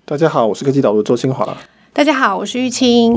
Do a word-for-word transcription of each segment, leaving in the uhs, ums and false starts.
大家好，我是科技导读周清华。 大家好，我是玉清。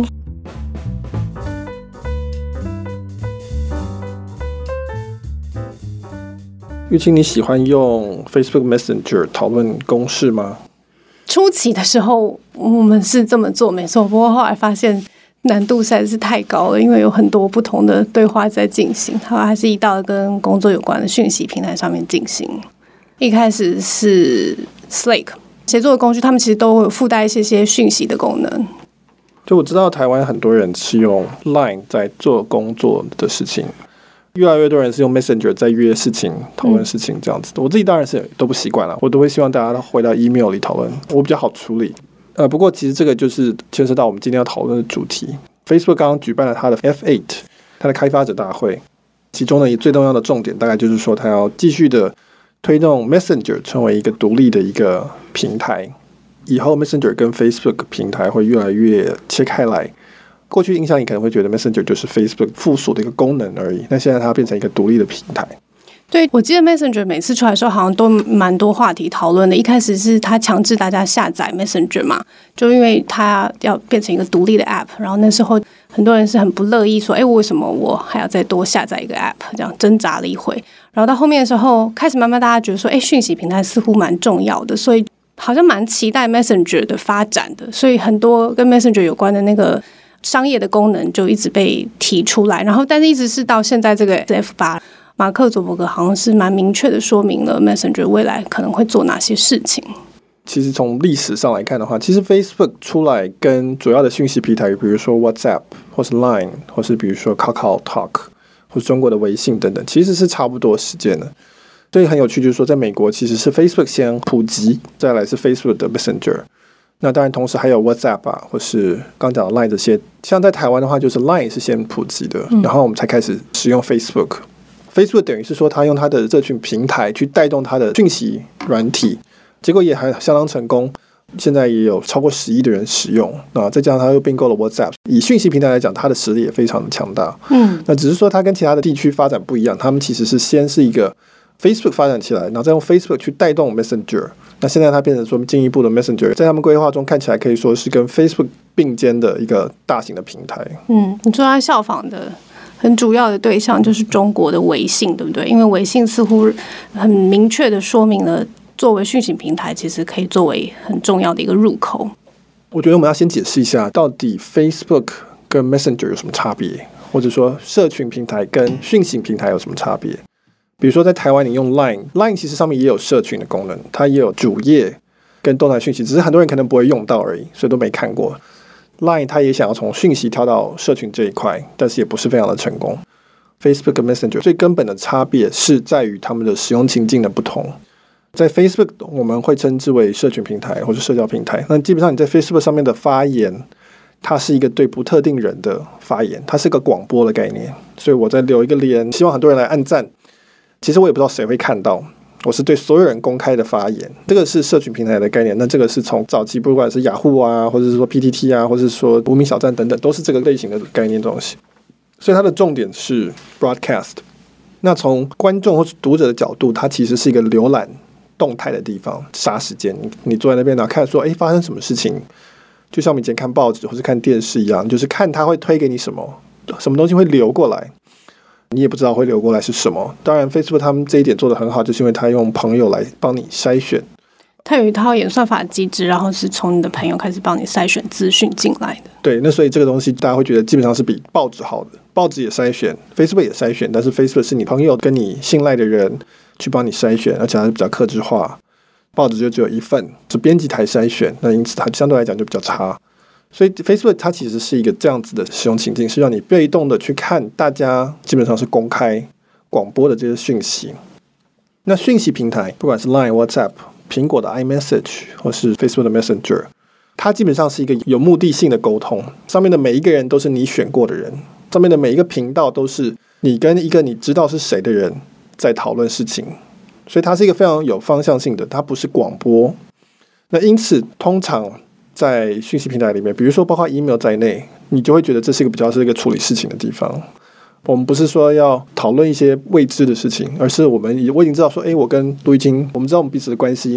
玉清，你喜欢用 Facebook Messenger 讨论公事吗？ 初期的时候我们是这么做没错，不过后来发现难度实在是太高了，因为有很多不同的对话在进行，它还是移到跟工作有关的讯息平台上面进行。一开始是 Slack 协作的工具，他们其实都有附带一些些讯息的功能。 就我知道台湾很多人是用 Line 在做工作的事情，越来越多人是用 Messenger 在约事情、讨论事情这样子的。我自己当然是都不习惯了，我都会希望大家回到 email 里讨论，我比较好处理。呃，不过其实这个就是牵涉到我们今天要讨论的主题。Facebook 刚刚举办了它的 F 八， 它的开发者大会，其中呢最重要的重点大概就是说，它要继续的推动 Messenger 成为一个独立的一个平台。以后 Messenger 跟 Facebook 平台会越来越切开来。过去印象里可能会觉得 Messenger 就是 Facebook 附属的一个功能而已，但现在它变成一个独立的平台。 对，我记得 Messenger 每次出来的时候好像都蛮多话题讨论的。一开始是他强制大家下载 Messenger 嘛，就因为他要变成一个独立的 App， 然后那时候很多人是很不乐意说，哎，为什么我还要再多下载一个 App， 这样挣扎了一回。然后到后面的时候开始慢慢大家觉得说，哎，讯息平台似乎蛮重要的，所以好像蛮期待 Messenger 的发展的，所以很多跟 Messenger 有关的那个商业的功能就一直被提出来。然后但是一直是到现在这个 F 八，马克·佐伯格好像是蛮明确的说明了 Messenger 未来可能会做哪些事情。 其实从历史上来看的话，其实 Facebook 出来跟主要的讯息平台，比如说 WhatsApp 或是 Line 或是比如说 KakaoTalk 或是中国的微信等等，其实是差不多时间的。所以很有趣就是说，在美国其实是 Facebook 先普及，再来是 Facebook 的 Messenger。那当然同时还有 WhatsApp 啊，或是刚讲的 Line 这些。像在台湾的话，就是 Line 是先普及的，然后我们才开始使用 Facebook。Facebook 等于是说，他用他的社群平台去带动他的讯息软体，结果也还相当成功。现在也有超过十亿的人使用，那再加上他又并购了 WhatsApp， 以讯息平台来讲，它的实力也非常的强大。嗯，那只是说它跟其他的地区发展不一样，他们其实是先是一个 Facebook 发展起来，然后再用 Facebook 去带动 Messenger。那现在它变成说进一步的 Messenger， 在他们规划中看起来可以说是跟 Facebook 并肩的一个大型的平台。 嗯，你说它效仿的很主要的对象就是中国的微信，对不对？因为微信似乎很明确的说明了，作为讯息平台，其实可以作为很重要的一个入口。 我觉得我们要先解释一下，到底 Facebook 跟 Messenger 有什么差别，或者说社群平台跟讯息平台有什么差别。比如说在台湾你用 Line， Line 其实上面也有社群的功能，它也有主页跟动态讯息，只是很多人可能不会用到而已，所以都没看过。Line 它也想要从讯息跳到社群这一块，但是也不是非常的成功。Facebook 跟 Messenger 最根本的差别是在于他们的使用情境的不同。在 Facebook 我们会称之为社群平台或者社交平台，那基本上你在 Facebook 上面的发言，它是一个对不特定人的发言，它是个广播的概念。所以我在留一个言，希望很多人来按赞，其实我也不知道谁会看到，我是对所有人公开的发言，这个是社群平台的概念。那这个是从早期不管是雅虎啊，或者是说 P T T 啊，或者是说无名小站等等，都是这个类型的概念东西。所以它的重点是 broadcast。那从观众或是读者的角度，它其实是一个浏览动态的地方，杀时间。你, 你坐在那边然后看说，哎，发生什么事情？就像我们以前看报纸或是看电视一样，就是看它会推给你什么，什么东西会流过来。你也不知道会流过来是什么。当然 Facebook 他们这一点做得很好，就是因为他用朋友来帮你筛选， 他有一套演算法机制，然后是从你的朋友开始帮你筛选资讯进来的。 对，那所以这个东西大家会觉得基本上是比报纸好的。报纸也筛选， Facebook 也筛选，但是 Facebook 是你朋友跟你信赖的人去帮你筛选，而且它是比较客制化。报纸就只有一份，是编辑台筛选，那因此它相对来讲就比较差。所以 Facebook 它其实是一个这样子的使用情境，是让你被动的去看大家基本上是公开广播的这些讯息。那讯息平台不管是 Line、WhatsApp、苹果的 iMessage 或是 Facebook 的 Messenger， 它基本上是一个有目的性的沟通，上面的每一个人都是你选过的人，上面的每一个频道都是你跟一个你知道是谁的人在讨论事情，所以它是一个非常有方向性的，它不是广播。那因此通常在讯息平台里面，比如说包括 email 在内，你就会觉得这是一个比较是一个处理事情的地方。我们不是说要讨论一些未知的事情，而是我们我已经知道说，哎，我跟陆一清，我们知道我们彼此的关系，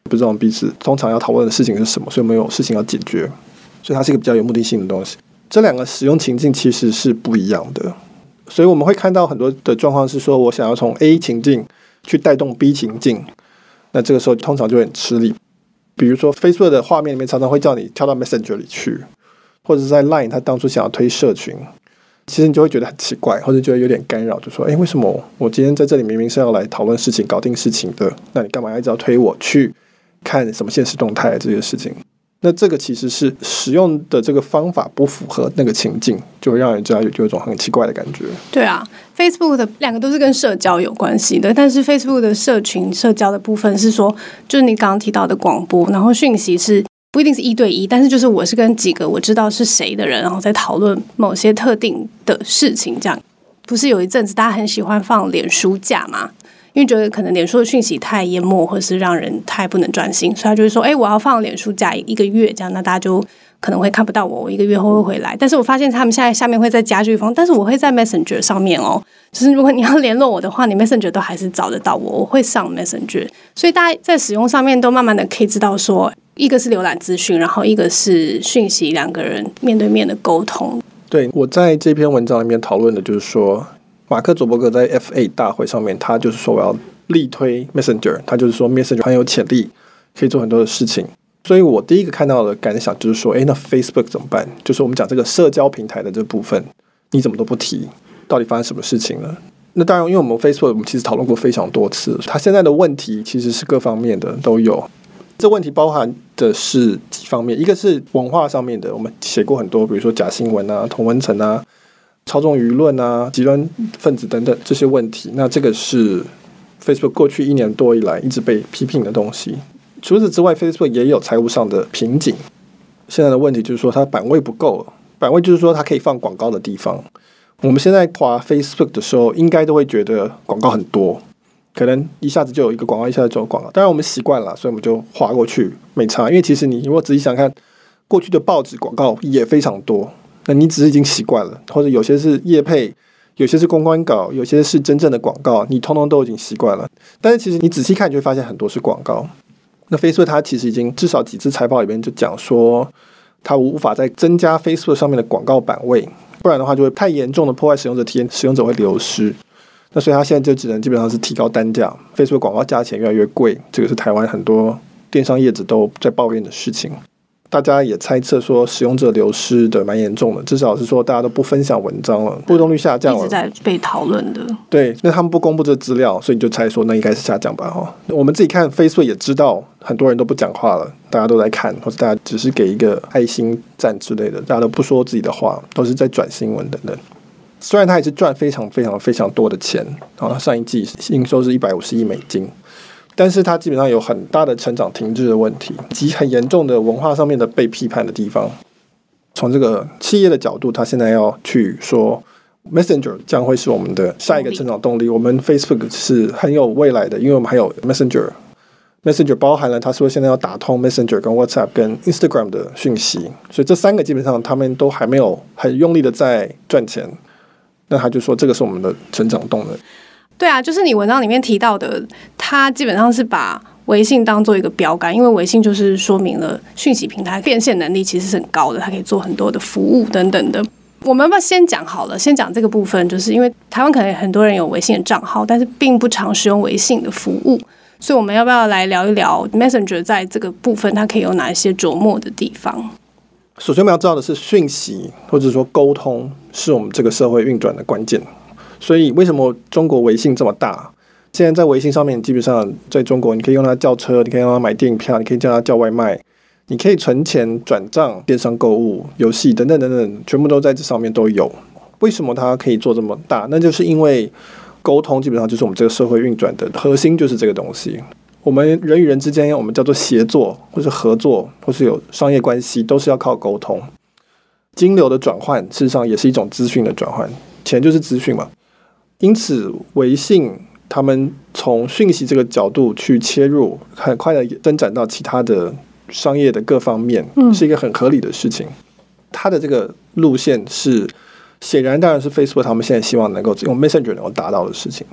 不知道我们彼此通常要讨论的事情是什么，所以我们有事情要解决，所以它是一个比较有目的性的东西。这两个使用情境其实是不一样的，所以我们会看到很多的状况是说，我想要从 A 情境去带动 B 情境，那这个时候通常就很吃力。比如说 Facebook 的画面里面常常会叫你跳到 Messenger 里去，或者是在 Line 他当初想要推社群，其实你就会觉得很奇怪，或者觉得有点干扰，就说哎，为什么我今天在这里明明是要来讨论事情搞定事情的，那你干嘛一直要推我去看什么现实动态这些事情？那这个其实是使用的这个方法不符合那个情境，就会让人家有有一种很奇怪的感觉。 对啊， Facebook 的两个都是跟社交有关系的，但是 Facebook 的社群社交的部分是说，就是你刚刚提到的广播，然后讯息是不一定是一对一，但是就是我是跟几个我知道是谁的人，然后在讨论某些特定的事情，这样。不是有一阵子大家很喜欢放脸书架吗？因为觉得可能脸书的讯息太淹没，或是让人太不能专心，所以他就会说，哎，我要放脸书架一个月，这样那大家就可能会看不到我，我一个月后会回来。但是我发现他们现在下面会再加句风，但是我会在 Messenger 上面哦，就是如果你要联络我的话，你 Messenger 都还是找得到我，我会上 Messenger。所以大家在使用上面都慢慢的可以知道说，一个是浏览资讯，然后一个是讯息，两个人面对面的沟通。 对，我在这篇文章里面讨论的就是说，马克·佐伯格在 F A 大会上面，他就是说我要力推 Messenger， 他就是说 Messenger 很有潜力，可以做很多的事情。所以我第一个看到的感想就是说，哎，那 Facebook 怎么办？就是我们讲这个社交平台的这部分，你怎么都不提？到底发生什么事情了？那当然，因为我们 Facebook 我们其实讨论过非常多次，它现在的问题其实是各方面的都有。这问题包含的是几方面，一个是文化上面的，我们写过很多，比如说假新闻啊、同温层啊、操纵舆论啊、极端分子等等这些问题。那这个是 Facebook 过去一年多以来一直被批评的东西。除此之外 ，Facebook 也有财务上的瓶颈。现在的问题就是说，它版位不够，版位就是说它可以放广告的地方。我们现在滑 Facebook 的时候，应该都会觉得广告很多。可能一下子就有一个广告，一下子就有广告。当然我们习惯了，所以我们就滑过去，没差。因为其实你如果仔细想看，过去的报纸广告也非常多，那你只是已经习惯了，或者有些是业配，有些是公关稿，有些是真正的广告，你通通都已经习惯了。但是其实你仔细看，你就会发现很多是广告。那 Facebook 它其实已经至少几次财报里面就讲说，它无法再增加 Facebook 上面的广告版位，不然的话就会太严重的破坏使用者体验，使用者会流失。那所以他现在就只能基本上是提高单价 ，Facebook 广告价钱越来越贵，这个是台湾很多电商业者都在抱怨的事情。大家也猜测说使用者流失的蛮严重的，至少是说大家都不分享文章了，互动率下降了， 一直在被讨论的。 对，那他们不公布这资料，所以你就猜说那应该是下降吧哈。我们自己看 Facebook 也知道很多人都不讲话了，大家都在看，或者大家只是给一个爱心赞之类的，大家都不说自己的话，都是在转新闻等等。虽然他也是赚非常非常非常多的钱，然后上一季营收是一百五十亿美金，但是他基本上有很大的成长停滞的问题，以及很严重的文化上面的被批判的地方。从这个企业的角度，他现在要去说 Messenger 将会是我们的下一个成长动力，我们 Facebook 是很有未来的，因为我们还有 Messenger。Messenger 包含了他说现在要打通 Messenger 跟 WhatsApp 跟 Instagram 的讯息，所以这三个基本上他们都还没有很用力的在赚钱。那他就说这个是我们的成长动能。 对啊，就是你文章里面提到的，他基本上是把微信当做一个标杆，因为微信就是说明了讯息平台变现能力其实是很高的，它可以做很多的服务等等的。我们要不要先讲好了，先讲这个部分，就是因为台湾可能很多人有微信的账号，但是并不常使用微信的服务，所以我们要不要来聊一聊 Messenger 在这个部分它可以有哪一些琢磨的地方？ 首先我们要知道的是，讯息或者说沟通是我们这个社会运转的关键。所以为什么中国微信这么大？现在在微信上面，基本上在中国，你可以用它叫车，你可以用它买电影票，你可以叫它叫外卖，你可以存钱、转账、电商购物、游戏等等等等，全部都在这上面都有。为什么它可以做这么大？那就是因为沟通基本上就是我们这个社会运转的核心，就是这个东西。我们人与人之间，我们叫做协作，或是合作，或是有商业关系，都是要靠沟通。金流的转换，事实上也是一种资讯的转换，钱就是资讯嘛。因此，微信他们从讯息这个角度去切入，很快的增展到其他的商业的各方面，是一个很合理的事情。它的这个路线是显然，当然是 Facebook 他们现在希望能够用 Messenger 能够达到的事情。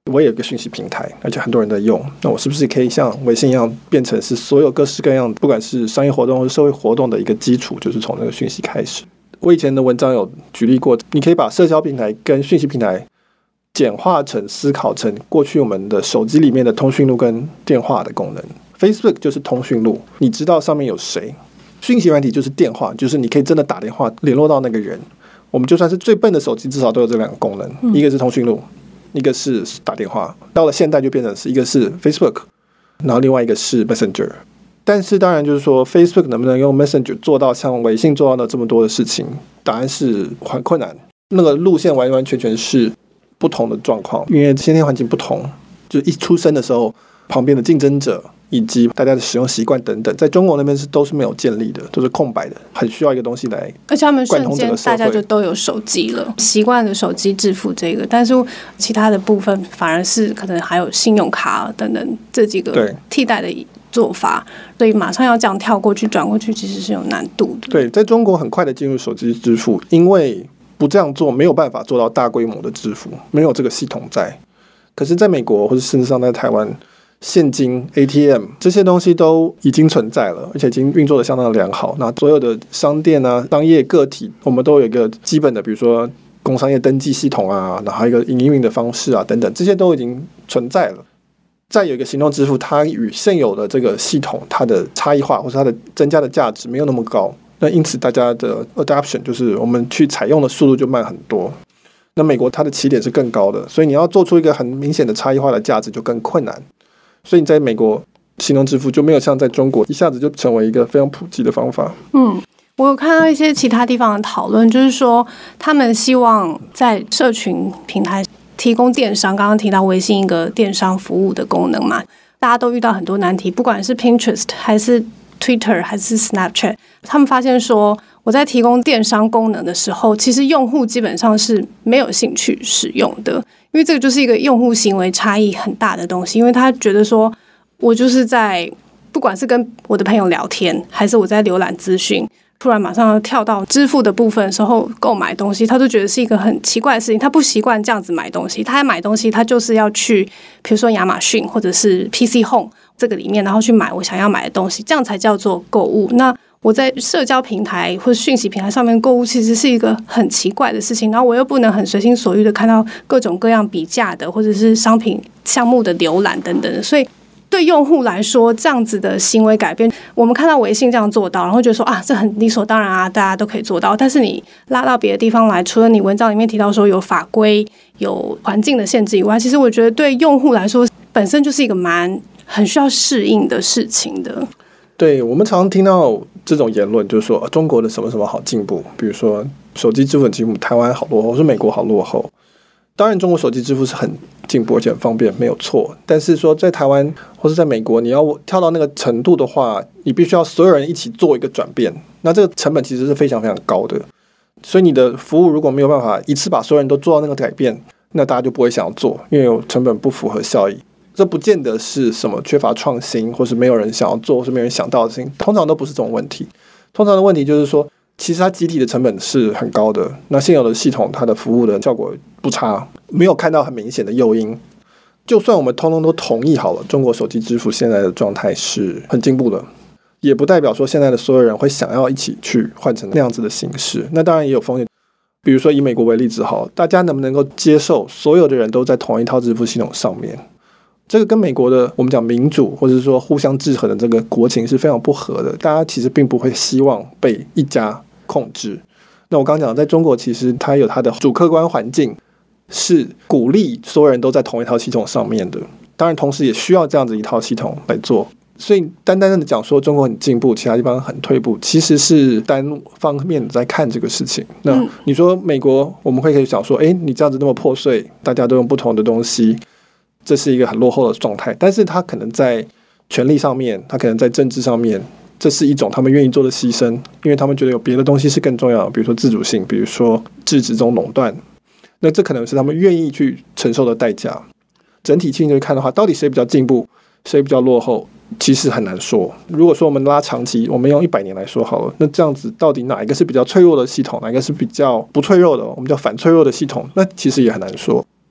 我也有一个讯息平台，而且很多人在用，那我是不是可以像微信一样变成是所有各式各样不管是商业活动或是社会活动的一个基础，就是从那个讯息开始。我以前的文章有举例过，你可以把社交平台跟讯息平台简化成思考成过去我们的手机里面的通讯录跟电话的功能。 Facebook 就是通讯录，你知道上面有谁。讯息软体就是电话，就是你可以真的打电话联络到那个人。我们就算是最笨的手机至少都有这两个功能、嗯、一个是通讯录，一个是打电话。到了现代就变成是一个是 Facebook， 然后另外一个是 Messenger。 但是当然就是说 Facebook 能不能用 Messenger 做到像微信做到的这么多的事情，答案是很困难。那个路线完完全全是不同的状况，因为先天环境不同，就一出生的时候旁边的竞争者以及大家的使用习惯等等，在中国那边是都是没有建立的，都是空白的，很需要一个东西来而且他们瞬间大家就都有手机了，习惯了手机支付这个，但是其他的部分反而是可能还有信用卡等等这几个替代的做法，所以马上要这样跳过去转过去其实是有难度的。 对，在中国很快的进入手机支付，因为不这样做没有办法做到大规模的支付，没有这个系统在。可是在美国或者甚至上在台湾，现金 A T M 这些东西都已经存在了，而且已经运作的相当的良好。那所有的商店啊、商业个体，我们都有一个基本的，比如说工商业登记系统啊，然后一个营运的方式啊等等，这些都已经存在了。再有一个行动支付，它与现有的这个系统它的差异化或是它的增加的价值没有那么高，那因此大家的 adoption 就是我们去采用的速度就慢很多。那美国它的起点是更高的，所以你要做出一个很明显的差异化的价值就更困难。所以你在美国行动支付就没有像在中国一下子就成为一个非常普及的方法。 嗯，我有看到一些其他地方的讨论，就是说他们希望在社群平台提供电商，刚刚提到微信一个电商服务的功能嘛，大家都遇到很多难题，不管是 Pinterest 还是 Twitter 还是 Snapchat， 他们发现说我在提供电商功能的时候，其实用户基本上是没有兴趣使用的，因为这个就是一个用户行为差异很大的东西。因为他觉得说我就是在不管是跟我的朋友聊天还是我在浏览资讯，突然马上要跳到支付的部分的时候购买东西，他就觉得是一个很奇怪的事情，他不习惯这样子买东西。他买东西他就是要去比如说亚马逊或者是 P C Home 这个里面，然后去买我想要买的东西，这样才叫做购物。那我在社交平台或者讯息平台上面购物其实是一个很奇怪的事情，然后我又不能很随心所欲的看到各种各样比价的或者是商品项目的浏览等等的，所以对用户来说这样子的行为改变，我们看到微信这样做到，然后觉得说啊这很理所当然啊，大家都可以做到。但是你拉到别的地方来，除了你文章里面提到说有法规有环境的限制以外，其实我觉得对用户来说本身就是一个蛮很需要适应的事情的。 对，我们常常听到这种言论，就是说、啊、中国的什么什么好进步，比如说手机支付很进步，台湾好落后，或是美国好落后。当然中国手机支付是很进步而且很方便，没有错。但是说在台湾或是在美国，你要跳到那个程度的话，你必须要所有人一起做一个转变，那这个成本其实是非常非常高的。所以你的服务如果没有办法一次把所有人都做到那个改变，那大家就不会想要做，因为成本不符合效益。这不见得是什么缺乏创新或是没有人想要做或是没有人想到的事情，通常都不是这种问题。通常的问题就是说其实它集体的成本是很高的，那现有的系统它的服务的效果不差，没有看到很明显的诱因。就算我们通通都同意好了中国手机支付现在的状态是很进步的，也不代表说现在的所有人会想要一起去换成那样子的形式。那当然也有风险，比如说以美国为例子好，大家能不能够接受所有的人都在同一套支付系统上面，这个跟美国的我们讲民主或者说互相制衡的这个国情是非常不合的，大家其实并不会希望被一家控制。那我刚刚讲在中国其实它有它的主客观环境是鼓励所有人都在同一套系统上面的，当然同时也需要这样子一套系统来做。所以单单的讲说中国很进步其他地方很退步，其实是单方面在看这个事情。那你说美国我们会可以想说，哎，你这样子那么破碎，大家都用不同的东西，这是一个很落后的状态，但是他可能在权力上面，他可能在政治上面，这是一种他们愿意做的牺牲，因为他们觉得有别的东西是更重要的，比如说自主性，比如说制止这种垄断，那这可能是他们愿意去承受的代价。整体性去看的话，到底谁比较进步，谁比较落后，其实很难说。如果说我们拉长期，我们用一百年来说好了，那这样子到底哪一个是比较脆弱的系统，哪一个是比较不脆弱的，我们叫反脆弱的系统，那其实也很难说。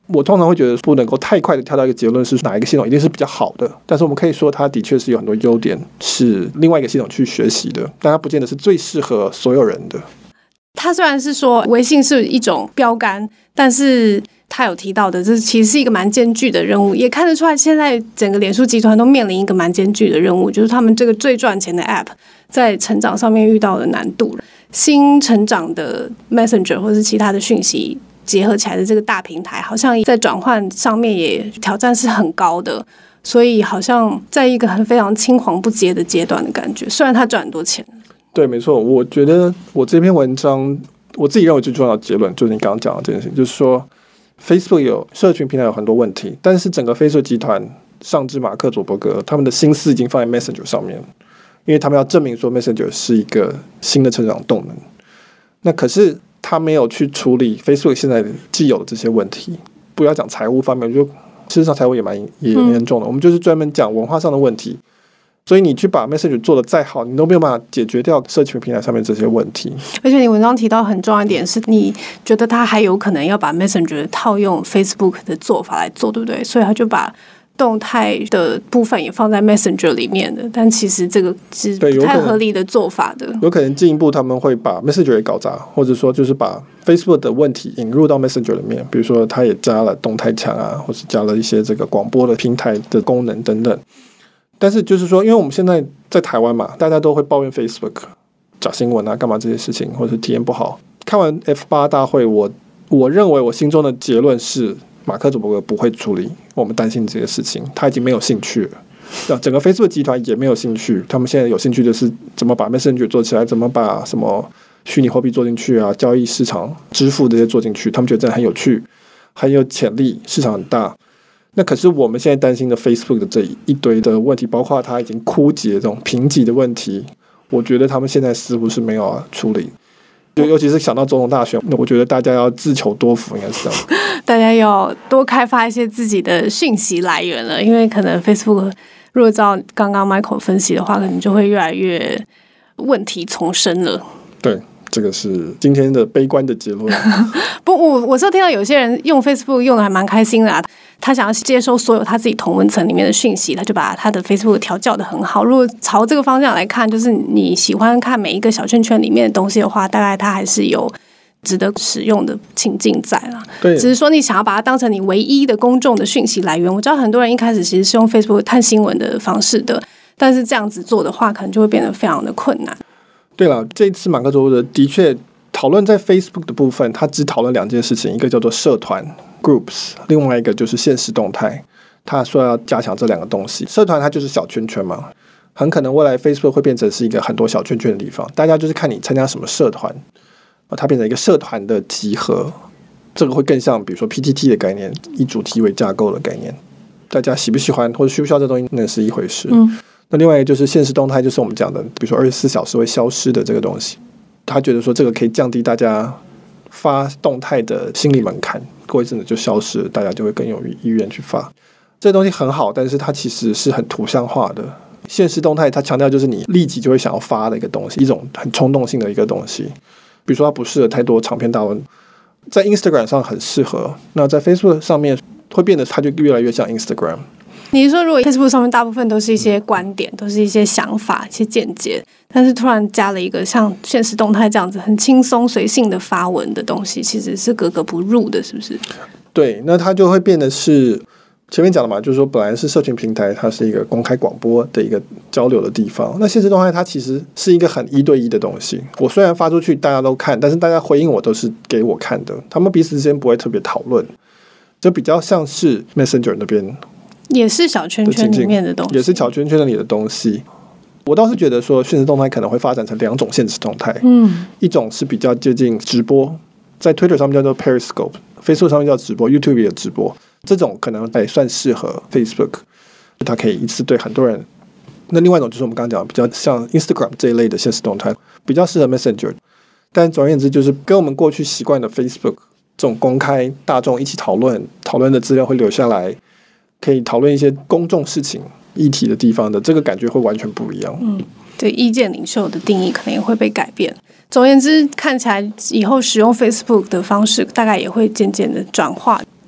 我通常会觉得不能够太快的跳到一个结论是哪一个系统一定是比较好的，但是我们可以说它的确是有很多优点是另外一个系统去学习的，但它不见得是最适合所有人的。 他虽然是说微信是一种标杆，但是他有提到的这其实是一个蛮艰巨的任务，也看得出来现在整个脸书集团都面临一个蛮艰巨的任务，就是他们这个最赚钱的 App 在成长上面遇到的难度，新成长的 Messenger 或是其他的讯息结合起来的这个大平台好像在转换上面也挑战是很高的，所以好像在一个很非常青黄不接的阶段的感觉，虽然他赚很多钱。 对，没错，我觉得我这篇文章我自己认为最重要的结论就是你刚刚讲的这件事情，就是说 Facebook 有社群平台有很多问题，但是整个 Facebook 集团上至马克佐伯格，他们的心思已经放在 Messenger 上面，因为他们要证明说 Messenger 是一个新的成长动能。那可是他没有去处理 Facebook 现在既有的这些问题，不要讲财务方面，我觉得事实上财务也蛮也严重的、嗯、我们就是专门讲文化上的问题。所以你去把 Messenger 做得再好，你都没有办法解决掉社群平台上面这些问题。 而且你文章提到很重要一点是，你觉得他还有可能要把 Messenger 套用 Facebook 的做法来做，对不对？所以他就把动态的部分也放在 Messenger 里面的，但其实这个是不太合理的做法的。 有可能进一步他们会把 Messenger 也搞砸，或者说就是把 Facebook 的问题引入到 Messenger 里面，比如说他也加了动态墙啊，或是加了一些这个广播的平台的功能等等。但是就是说，因为我们现在在台湾嘛，大家都会抱怨 Facebook 假新闻啊，干嘛这些事情，或者是体验不好。看完 F 八 大会，我我认为我心中的结论是，马克·祖伯格不会处理我们担心这些事情，他已经没有兴趣了。整个 Facebook 集团也没有兴趣，他们现在有兴趣的是怎么把 Messenger 做起来，怎么把什么虚拟货币做进去啊，交易市场、支付这些做进去，他们觉得真的很有趣，很有潜力，市场很大。那可是我们现在担心的 Facebook 的这一堆的问题，包括它已经枯竭这种贫瘠的问题，我觉得他们现在似乎是没有要处理。尤其是想到总统大选，那我觉得大家要自求多福，应该是这样。 大家要多开发一些自己的讯息来源了，因为可能 Facebook 如果照刚刚 Michael 分析的话，可能就会越来越问题丛生了。 对。这个是今天的悲观的结论。 不，我我是听到有些人用 Facebook 用的还蛮开心的、啊，他想要接收所有他自己同温层里面的讯息，他就把他的 Facebook 调教的很好。如果朝这个方向来看，就是你喜欢看每一个小圈圈里面的东西的话，大概它还是有值得使用的情境在啦。 对， 只是说你想要把它当成你唯一的公众的讯息来源。我知道很多人一开始其实是用 Facebook 看新闻的方式的，但是这样子做的话，可能就会变得非常的困难。 对了，这一次马克·佐伯格的确讨论在 Facebook 的部分，他只讨论两件事情，一个叫做社团 groups， 另外一个就是限时动态。他说要加强这两个东西。社团它就是小圈圈嘛，很可能未来 Facebook 会变成是一个很多小圈圈的地方，大家就是看你参加什么社团，它变成一个社团的集合。这个会更像比如说 P T T 的概念，以主题为架构的概念。大家喜不喜欢或者需不需要这东西，那是一回事。嗯。那另外一个就是限时动态，就是我们讲的，比如说二十四小时会消失的这个东西。他觉得说这个可以降低大家发动态的心理门槛，过一阵子就消失了，大家就会更有意愿去发。这个东西很好，但是它其实是很图像化的。限时动态它强调就是你立即就会想要发的一个东西，一种很冲动性的一个东西。比如说它不适合太多长篇大文，在 Instagram 上很适合，那在 Facebook 上面会变得它就越来越像 Instagram。 你是说，如果 Facebook 上面大部分都是一些观点，都是一些想法、一些见解，但是突然加了一个像限时动态这样子很轻松随性的发文的东西，其实是格格不入的，是不是？ 对，那它就会变得是前面讲的嘛，就是说本来是社群平台，它是一个公开广播的一个交流的地方。那限时动态它其实是一个很一对一的东西。我虽然发出去大家都看，但是大家回应我都是给我看的，他们彼此之间不会特别讨论，就比较像是 Messenger 那边。 也是小圈圈里面的东西， 也是小圈圈里的东西。我倒是觉得说，限时动态可能会发展成两种限时动态，嗯，一种是比较接近直播，在 Twitter 上面叫做 Periscope，Facebook 上面叫直播 ，YouTube 也有直播，这种可能也算适合 Facebook， 它可以一次对很多人。那另外一种就是我们刚刚讲比较像 Instagram 这一类的限时动态，比较适合 Messenger。但总而言之，就是跟我们过去习惯的 Facebook 这种公开大众一起讨论，讨论的资料会留下来。可以讨论一些公众事情议题的地方的，这个感觉会完全不一样。 嗯，对，意见领袖的定义可能也会被改变。总而言之，看起来以后使用 Facebook 的方式大概也会渐渐的转化。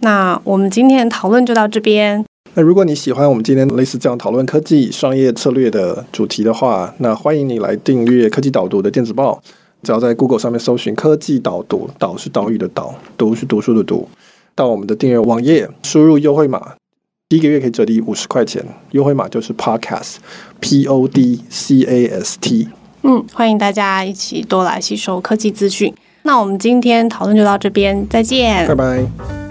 那我们今天的讨论就到这边。 那如果你喜欢我们今天类似这样讨论科技商业策略的主题的话，那欢迎你来订阅科技导读的电子报，只要在 Google 上面搜寻科技导读，导是岛屿的导，读是读书的读，到我们的订阅网页输入优惠码，第一个月可以折抵五十块钱，优惠码就是 podcast P O D C A S T。 嗯，欢迎大家一起多来吸收科技资讯。那我们今天讨论就到这边，再见， 拜拜。